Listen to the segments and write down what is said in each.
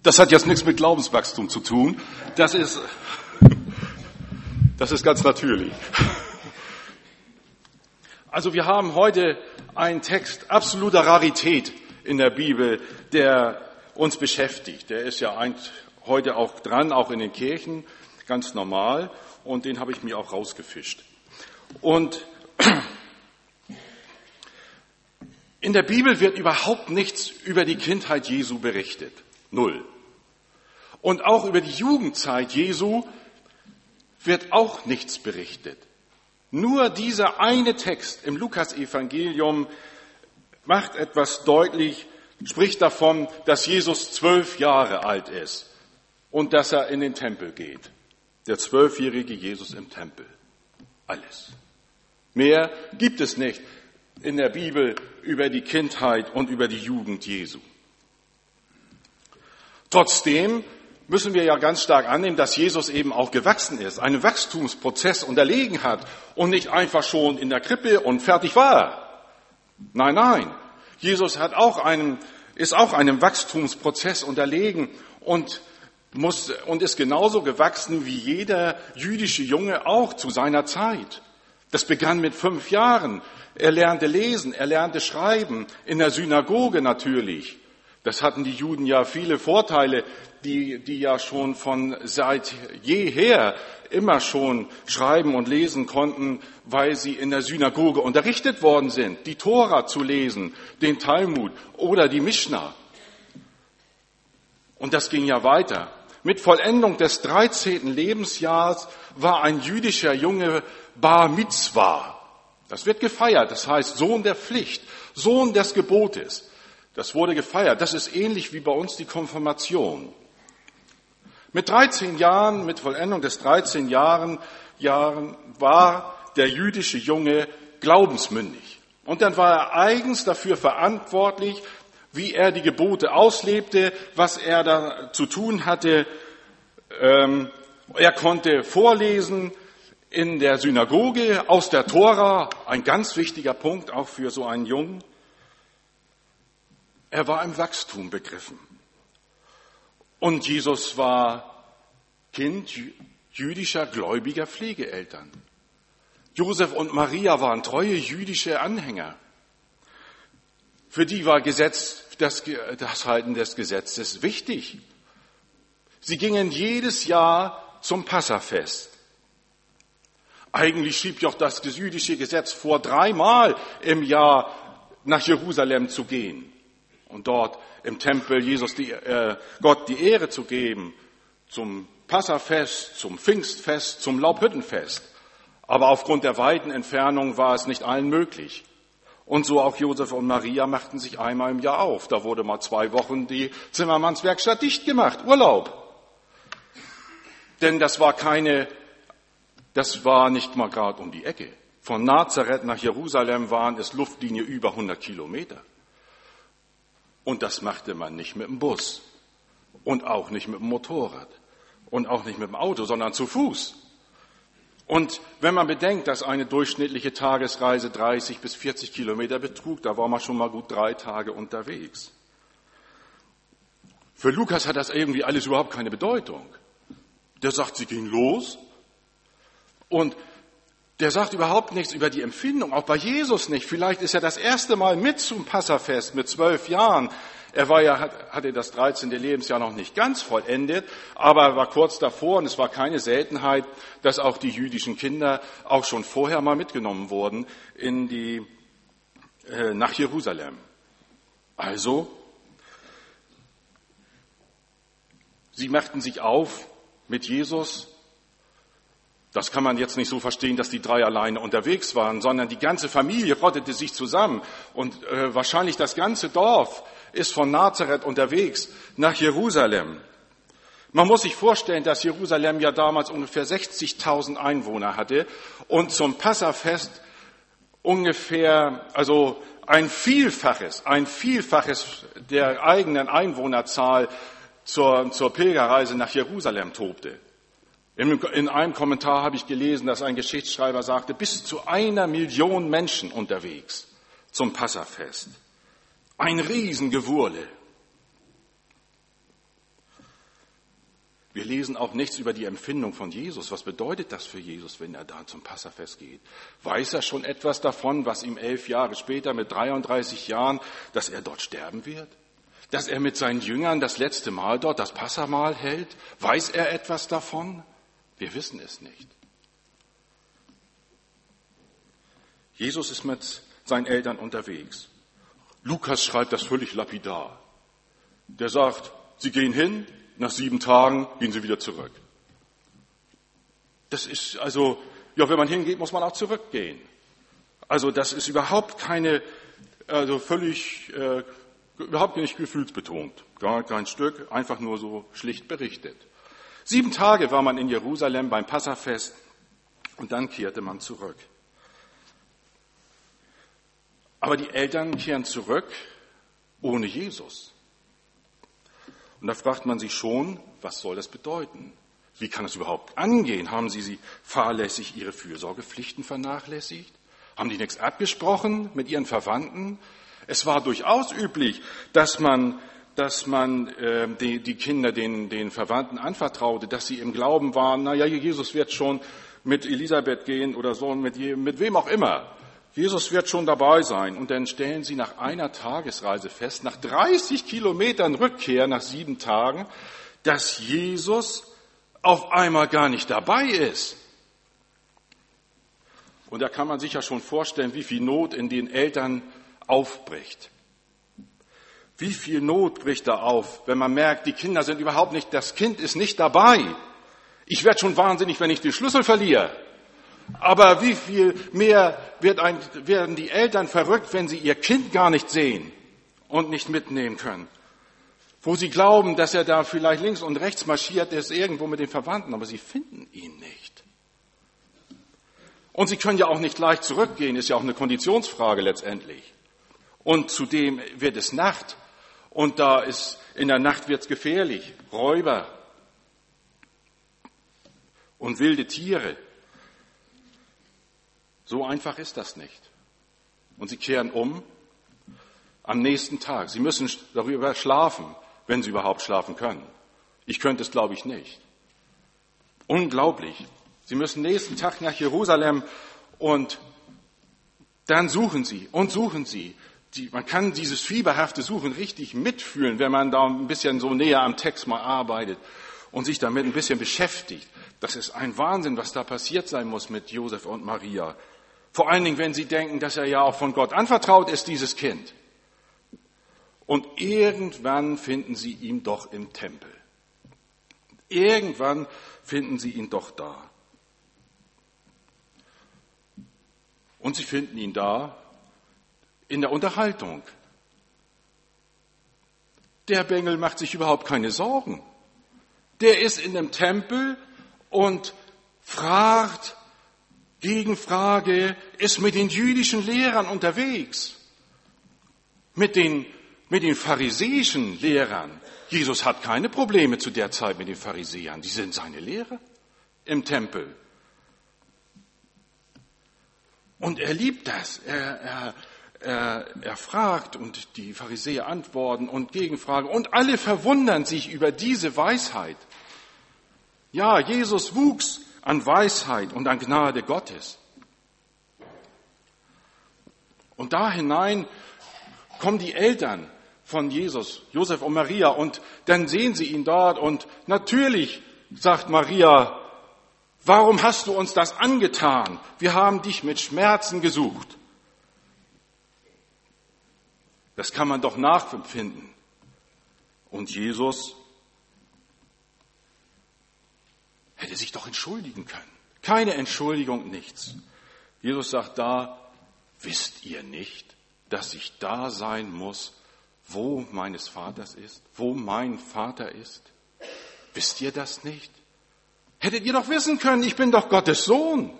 Das hat jetzt nichts mit Glaubenswachstum zu tun. Das ist ganz natürlich. Also wir haben heute einen Text absoluter Rarität in der Bibel, der uns beschäftigt. Der ist ja heute auch dran, auch in den Kirchen, ganz normal. Und den habe ich mir auch rausgefischt. Und in der Bibel wird überhaupt nichts über die Kindheit Jesu berichtet. Null. Und auch über die Jugendzeit Jesu wird auch nichts berichtet. Nur dieser eine Text im Lukasevangelium macht etwas deutlich, spricht davon, dass Jesus 12 Jahre alt ist und dass er in den Tempel geht. Der 12-jährige Jesus im Tempel. Alles. Mehr gibt es nicht in der Bibel über die Kindheit und über die Jugend Jesu. Trotzdem müssen wir ja ganz stark annehmen, dass Jesus eben auch gewachsen ist, einen Wachstumsprozess unterlegen hat und nicht einfach schon in der Krippe und fertig war. Nein. Jesus ist auch einem Wachstumsprozess unterlegen und ist genauso gewachsen wie jeder jüdische Junge auch zu seiner Zeit. Das begann mit 5 Jahren. Er lernte lesen, er lernte schreiben, in der Synagoge natürlich. Das hatten die Juden ja viele Vorteile, die ja schon von seit jeher immer schon schreiben und lesen konnten, weil sie in der Synagoge unterrichtet worden sind, die Tora zu lesen, den Talmud oder die Mischna. Und das ging ja weiter. Mit Vollendung des 13. Lebensjahres war ein jüdischer Junge Bar Mitzvah. Das wird gefeiert, das heißt Sohn der Pflicht, Sohn des Gebotes. Das wurde gefeiert. Das ist ähnlich wie bei uns die Konfirmation. Mit 13 Jahren, mit Vollendung des 13 Jahren war der jüdische Junge glaubensmündig. Und dann war er eigens dafür verantwortlich, wie er die Gebote auslebte, was er da zu tun hatte. Er konnte vorlesen in der Synagoge aus der Tora, ein ganz wichtiger Punkt auch für so einen Jungen. Er war im Wachstum begriffen. Und Jesus war Kind jüdischer, gläubiger Pflegeeltern. Josef und Maria waren treue jüdische Anhänger. Für die war das Halten des Gesetzes wichtig. Sie gingen jedes Jahr zum Passafest. Eigentlich schrieb ja auch das jüdische Gesetz vor, 3-mal im Jahr nach Jerusalem zu gehen und dort im Tempel Gott die Ehre zu geben, zum Passafest, zum Pfingstfest, zum Laubhüttenfest. Aber aufgrund der weiten Entfernung war es nicht allen möglich. Und so auch Josef und Maria machten sich einmal im Jahr auf. Da wurde mal 2 Wochen die Zimmermannswerkstatt dicht gemacht, Urlaub. Denn das war nicht mal gerade um die Ecke. Von Nazareth nach Jerusalem waren es Luftlinie über 100 Kilometer. Und das machte man nicht mit dem Bus und auch nicht mit dem Motorrad und auch nicht mit dem Auto, sondern zu Fuß. Und wenn man bedenkt, dass eine durchschnittliche Tagesreise 30 bis 40 Kilometer betrug, da war man schon mal gut 3 Tage unterwegs. Für Lukas hat das irgendwie alles überhaupt keine Bedeutung. Der sagt, sie gehen los und der sagt überhaupt nichts über die Empfindung, auch bei Jesus nicht. Vielleicht ist er das erste Mal mit zum Passafest mit 12 Jahren. Er hatte das 13. Lebensjahr noch nicht ganz vollendet, aber er war kurz davor und es war keine Seltenheit, dass auch die jüdischen Kinder auch schon vorher mal mitgenommen wurden nach Jerusalem. Also, sie machten sich auf mit Jesus. Das kann man jetzt nicht so verstehen, dass die 3 alleine unterwegs waren, sondern die ganze Familie rottete sich zusammen und wahrscheinlich das ganze Dorf ist von Nazareth unterwegs nach Jerusalem. Man muss sich vorstellen, dass Jerusalem ja damals ungefähr 60.000 Einwohner hatte und zum Passafest ungefähr, also ein Vielfaches der eigenen Einwohnerzahl zur Pilgerreise nach Jerusalem tobte. In einem Kommentar habe ich gelesen, dass ein Geschichtsschreiber sagte, bis zu 1 Million Menschen unterwegs zum Passafest. Ein Riesengewurle. Wir lesen auch nichts über die Empfindung von Jesus. Was bedeutet das für Jesus, wenn er da zum Passafest geht? Weiß er schon etwas davon, was ihm 11 Jahre später mit 33 Jahren, dass er dort sterben wird? Dass er mit seinen Jüngern das letzte Mal dort, das Passamahl hält? Weiß er etwas davon? Wir wissen es nicht. Jesus ist mit seinen Eltern unterwegs. Lukas schreibt das völlig lapidar. Der sagt, sie gehen hin, nach 7 Tagen gehen sie wieder zurück. Das ist also, ja, wenn man hingeht, muss man auch zurückgehen. Also das ist überhaupt keine, also völlig, überhaupt nicht gefühlsbetont. Gar kein Stück, einfach nur so schlicht berichtet. 7 Tage war man in Jerusalem beim Passafest und dann kehrte man zurück. Aber die Eltern kehren zurück ohne Jesus. Und da fragt man sich schon, was soll das bedeuten? Wie kann es überhaupt angehen? Haben sie fahrlässig ihre Fürsorgepflichten vernachlässigt? Haben die nichts abgesprochen mit ihren Verwandten? Es war durchaus üblich, dass man die Kinder den Verwandten anvertraute, dass sie im Glauben waren, naja, Jesus wird schon mit Elisabeth gehen oder so, mit wem auch immer. Jesus wird schon dabei sein. Und dann stellen sie nach einer Tagesreise fest, nach 30 Kilometern Rückkehr, nach 7 Tagen, dass Jesus auf einmal gar nicht dabei ist. Und da kann man sich ja schon vorstellen, wie viel Not in den Eltern aufbricht. Wie viel Not bricht da auf, wenn man merkt, die Kinder sind überhaupt nicht, das Kind ist nicht dabei. Ich werde schon wahnsinnig, wenn ich den Schlüssel verliere. Aber wie viel mehr werden die Eltern verrückt, wenn sie ihr Kind gar nicht sehen und nicht mitnehmen können? Wo sie glauben, dass er da vielleicht links und rechts marschiert ist, irgendwo mit den Verwandten, aber sie finden ihn nicht. Und sie können ja auch nicht leicht zurückgehen, ist ja auch eine Konditionsfrage letztendlich. Und zudem wird es Nacht und in der Nacht wird es gefährlich. Räuber und wilde Tiere. So einfach ist das nicht. Und sie kehren um am nächsten Tag. Sie müssen darüber schlafen, wenn sie überhaupt schlafen können. Ich könnte es, glaube ich, nicht. Unglaublich. Sie müssen nächsten Tag nach Jerusalem und dann suchen sie und suchen sie. Man kann dieses fieberhafte Suchen richtig mitfühlen, wenn man da ein bisschen so näher am Text mal arbeitet und sich damit ein bisschen beschäftigt. Das ist ein Wahnsinn, was da passiert sein muss mit Josef und Maria. Vor allen Dingen, wenn sie denken, dass er ja auch von Gott anvertraut ist, dieses Kind. Und irgendwann finden sie ihn doch im Tempel. Irgendwann finden sie ihn doch da. Und sie finden ihn da in der Unterhaltung. Der Bengel macht sich überhaupt keine Sorgen. Der ist in dem Tempel und fragt, Gegenfrage, ist mit den jüdischen Lehrern unterwegs, mit den pharisäischen Lehrern. Jesus hat keine Probleme zu der Zeit mit den Pharisäern, die sind seine Lehrer im Tempel. Und er liebt das, er fragt und die Pharisäer antworten und Gegenfragen und alle verwundern sich über diese Weisheit. Ja, Jesus wuchs an Weisheit und an Gnade Gottes. Und da hinein kommen die Eltern von Jesus, Josef und Maria, und dann sehen sie ihn dort und natürlich sagt Maria, warum hast du uns das angetan? Wir haben dich mit Schmerzen gesucht. Das kann man doch nachempfinden. Und Jesus hätte sich doch entschuldigen können. Keine Entschuldigung, nichts. Jesus sagt da, wisst ihr nicht, dass ich da sein muss, wo meines Vaters ist, wo mein Vater ist? Wisst ihr das nicht? Hättet ihr doch wissen können, ich bin doch Gottes Sohn.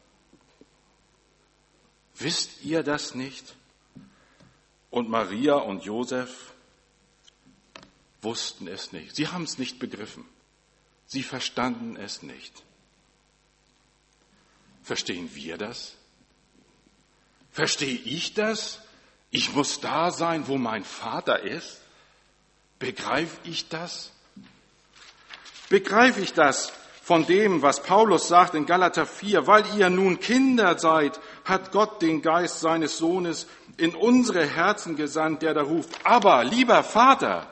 Wisst ihr das nicht? Und Maria und Josef wussten es nicht. Sie haben es nicht begriffen. Sie verstanden es nicht. Verstehen wir das? Verstehe ich das? Ich muss da sein, wo mein Vater ist? Begreife ich das? begreife ich das von dem, was Paulus sagt in Galater 4, weil ihr nun Kinder seid, hat Gott den Geist seines Sohnes in unsere Herzen gesandt, der da ruft, aber lieber Vater,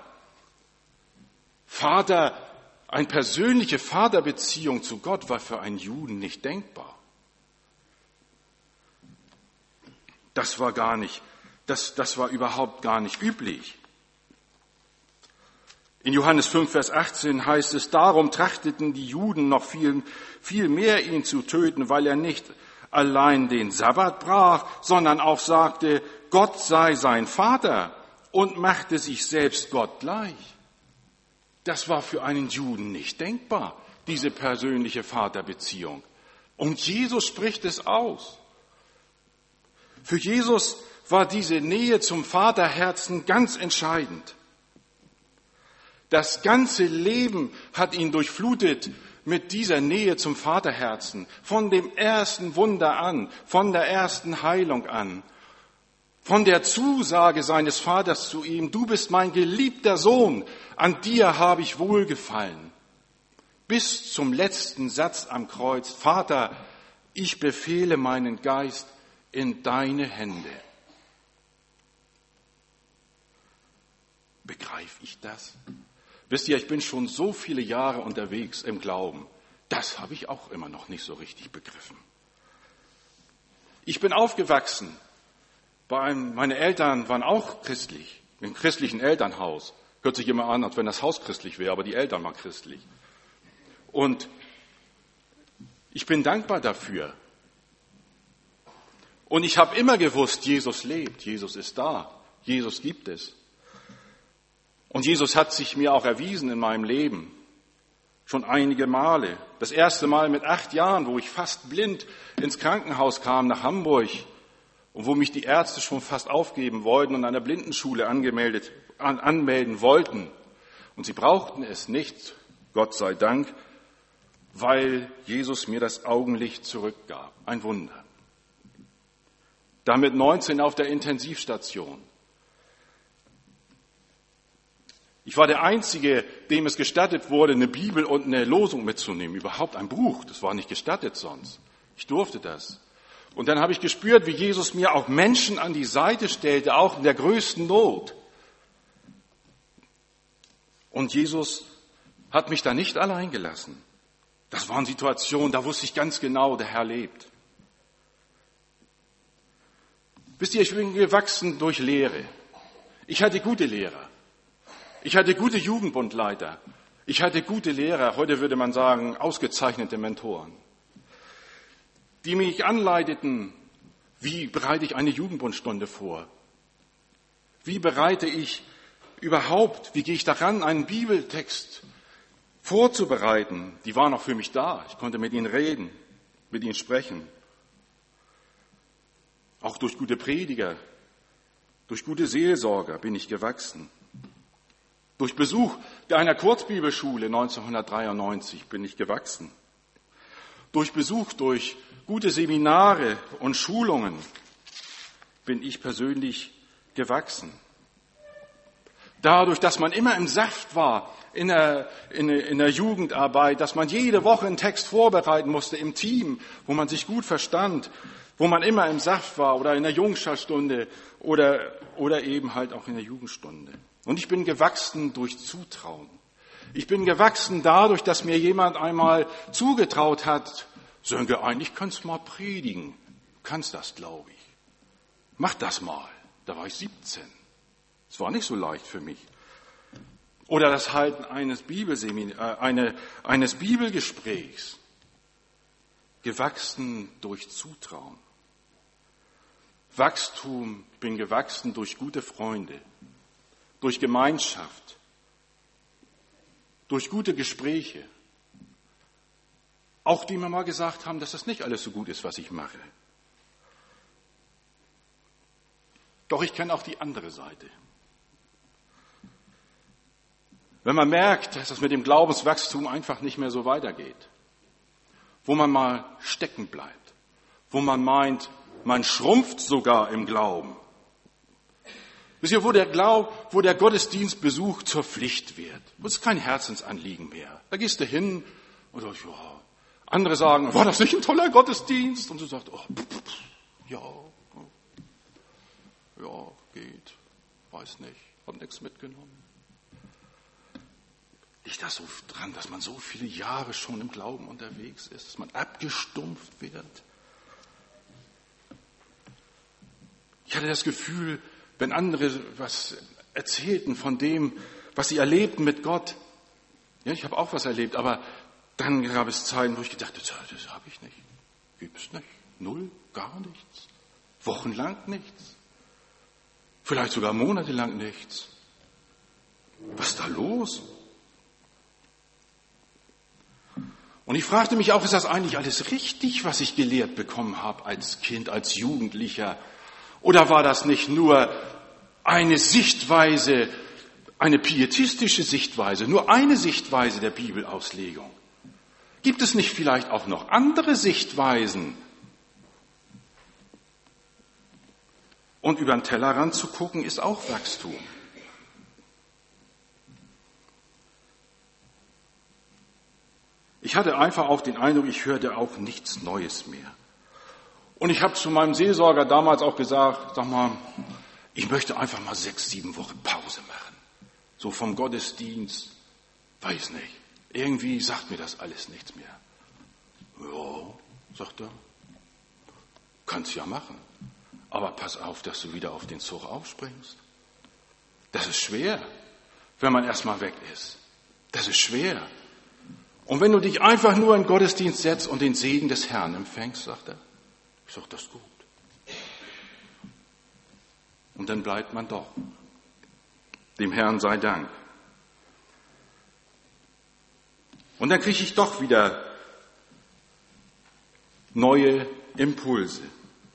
eine persönliche Vaterbeziehung zu Gott war für einen Juden nicht denkbar. Das war überhaupt gar nicht üblich. In Johannes 5, Vers 18 heißt es, darum trachteten die Juden noch viel mehr, ihn zu töten, weil er nicht allein den Sabbat brach, sondern auch sagte, Gott sei sein Vater und machte sich selbst Gott gleich. Das war für einen Juden nicht denkbar, diese persönliche Vaterbeziehung. Und Jesus spricht es aus. Für Jesus war diese Nähe zum Vaterherzen ganz entscheidend. Das ganze Leben hat ihn durchflutet mit dieser Nähe zum Vaterherzen, von dem ersten Wunder an, von der ersten Heilung an, von der Zusage seines Vaters zu ihm, du bist mein geliebter Sohn, an dir habe ich Wohlgefallen. Bis zum letzten Satz am Kreuz, Vater, ich befehle meinen Geist in deine Hände. Begreife ich das? Wisst ihr, ich bin schon so viele Jahre unterwegs im Glauben. Das habe ich auch immer noch nicht so richtig begriffen. Ich bin aufgewachsen. Meine Eltern waren auch christlich, im christlichen Elternhaus. Hört sich immer an, als wenn das Haus christlich wäre, aber die Eltern waren christlich. Und ich bin dankbar dafür. Und ich habe immer gewusst, Jesus lebt, Jesus ist da, Jesus gibt es. Und Jesus hat sich mir auch erwiesen in meinem Leben, schon einige Male. Das erste Mal mit 8 Jahren, wo ich fast blind ins Krankenhaus kam nach Hamburg und wo mich die Ärzte schon fast aufgeben wollten und an der Blindenschule anmelden wollten. Und sie brauchten es nicht, Gott sei Dank, weil Jesus mir das Augenlicht zurückgab. Ein Wunder. Damit 19 auf der Intensivstation. Ich war der Einzige, dem es gestattet wurde, eine Bibel und eine Losung mitzunehmen. Überhaupt ein Buch, das war nicht gestattet sonst. Ich durfte das. Und dann habe ich gespürt, wie Jesus mir auch Menschen an die Seite stellte, auch in der größten Not. Und Jesus hat mich da nicht allein gelassen. Das waren Situationen, da wusste ich ganz genau, der Herr lebt. Wisst ihr, ich bin gewachsen durch Lehre. Ich hatte gute Lehrer. Ich hatte gute Jugendbundleiter. Ich hatte gute Lehrer, heute würde man sagen, ausgezeichnete Mentoren, die mich anleiteten, wie bereite ich eine Jugendbundstunde vor? Wie bereite ich überhaupt, wie gehe ich daran, einen Bibeltext vorzubereiten? Die waren auch für mich da. Ich konnte mit ihnen reden, mit ihnen sprechen. Auch durch gute Prediger, durch gute Seelsorger bin ich gewachsen. Durch Besuch einer Kurzbibelschule 1993 bin ich gewachsen. Durch Besuch, durch gute Seminare und Schulungen bin ich persönlich gewachsen. Dadurch, dass man immer im Saft war in der Jugendarbeit, dass man jede Woche einen Text vorbereiten musste im Team, wo man sich gut verstand, wo man immer im Saft war oder in der Jungscherstunde oder eben halt auch in der Jugendstunde. Und ich bin gewachsen durch Zutrauen. Ich bin gewachsen dadurch, dass mir jemand einmal zugetraut hat, Sönke, eigentlich kannst du mal predigen. Du kannst das, glaube ich. Mach das mal. Da war ich 17. Es war nicht so leicht für mich. Oder das Halten eines Bibelgesprächs. Gewachsen durch Zutrauen. Wachstum, bin gewachsen durch gute Freunde, durch Gemeinschaft, durch gute Gespräche. Auch die mir mal gesagt haben, dass das nicht alles so gut ist, was ich mache. Doch ich kenne auch die andere Seite. Wenn man merkt, dass es mit dem Glaubenswachstum einfach nicht mehr so weitergeht, wo man mal stecken bleibt, wo man meint, man schrumpft sogar im Glauben, Wisst ihr, wo der Gottesdienstbesuch zur Pflicht wird, wo es kein Herzensanliegen mehr. Da gehst du hin und sagst, ja. Andere sagen, war das nicht ein toller Gottesdienst? Und du sagst, oh, ja, geht, weiß nicht, hab nichts mitgenommen. Liegt das so dran, dass man so viele Jahre schon im Glauben unterwegs ist, dass man abgestumpft wird? Ich hatte das Gefühl, wenn andere was erzählten von dem, was sie erlebten mit Gott, ja, ich habe auch was erlebt, aber dann gab es Zeiten, wo ich gedacht habe, das habe ich nicht, gibt's nicht, null, gar nichts, wochenlang nichts, vielleicht sogar monatelang nichts. Was ist da los? Und ich fragte mich auch, ist das eigentlich alles richtig, was ich gelehrt bekommen habe als Kind, als Jugendlicher? Oder war das nicht nur eine Sichtweise, eine pietistische Sichtweise, nur eine Sichtweise der Bibelauslegung? Gibt es nicht vielleicht auch noch andere Sichtweisen? Und über den Tellerrand zu gucken, ist auch Wachstum. Ich hatte einfach auch den Eindruck, ich hörte auch nichts Neues mehr. Und ich habe zu meinem Seelsorger damals auch gesagt, sag mal, ich möchte einfach mal 6, 7 Wochen Pause machen. So vom Gottesdienst, weiß nicht. Irgendwie sagt mir das alles nichts mehr. Ja, sagt er, kannst ja machen. Aber pass auf, dass du wieder auf den Zug aufspringst. Das ist schwer, wenn man erstmal weg ist. Das ist schwer. Und wenn du dich einfach nur in den Gottesdienst setzt und den Segen des Herrn empfängst, sagt er, ich sage, das ist gut. Und dann bleibt man doch. Dem Herrn sei Dank. Und dann kriege ich doch wieder neue Impulse.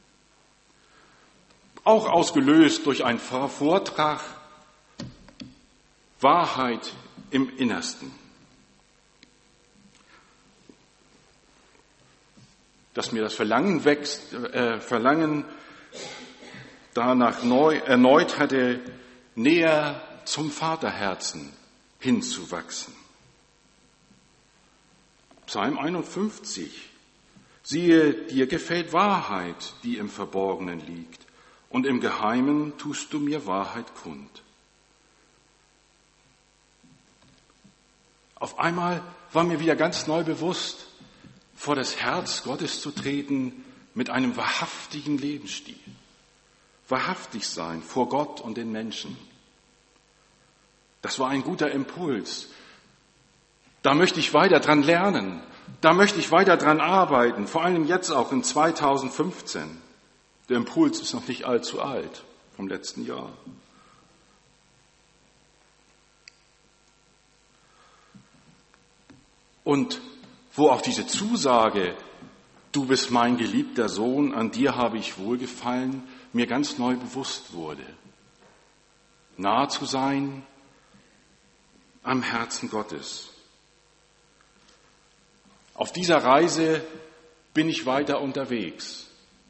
Auch ausgelöst durch einen Vortrag, Wahrheit im Innersten. Dass mir das Verlangen wächst, Verlangen danach erneut hatte, näher zum Vaterherzen hinzuwachsen. Psalm 51. Siehe, dir gefällt Wahrheit, die im Verborgenen liegt, und im Geheimen tust du mir Wahrheit kund. Auf einmal war mir wieder ganz neu bewusst, vor das Herz Gottes zu treten mit einem wahrhaftigen Lebensstil. Wahrhaftig sein vor Gott und den Menschen. Das war ein guter Impuls. Da möchte ich weiter dran lernen. Da möchte ich weiter dran arbeiten. Vor allem jetzt auch in 2015. Der Impuls ist noch nicht allzu alt, vom letzten Jahr. Und wo auch diese Zusage, du bist mein geliebter Sohn, an dir habe ich wohlgefallen, mir ganz neu bewusst wurde. Nahe zu sein am Herzen Gottes. Auf dieser Reise bin ich weiter unterwegs.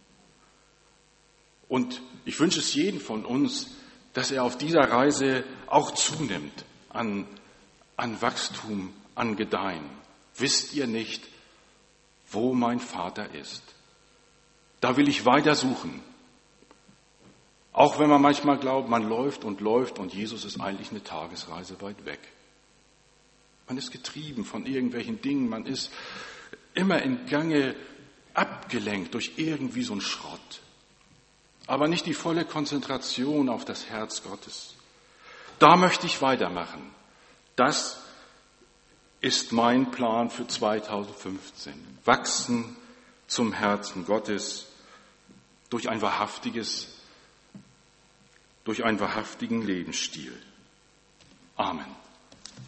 Und ich wünsche es jedem von uns, dass er auf dieser Reise auch zunimmt an Wachstum, an Gedeihen. Wisst ihr nicht, wo mein Vater ist? Da will ich weiter suchen. Auch wenn man manchmal glaubt, man läuft und Jesus ist eigentlich eine Tagesreise weit weg. Man ist getrieben von irgendwelchen Dingen, man ist immer in Gange abgelenkt durch irgendwie so einen Schrott. Aber nicht die volle Konzentration auf das Herz Gottes. Da möchte ich weitermachen. Das ist mein Plan für 2015. Wachsen zum Herzen Gottes durch einen wahrhaftigen Lebensstil. Amen.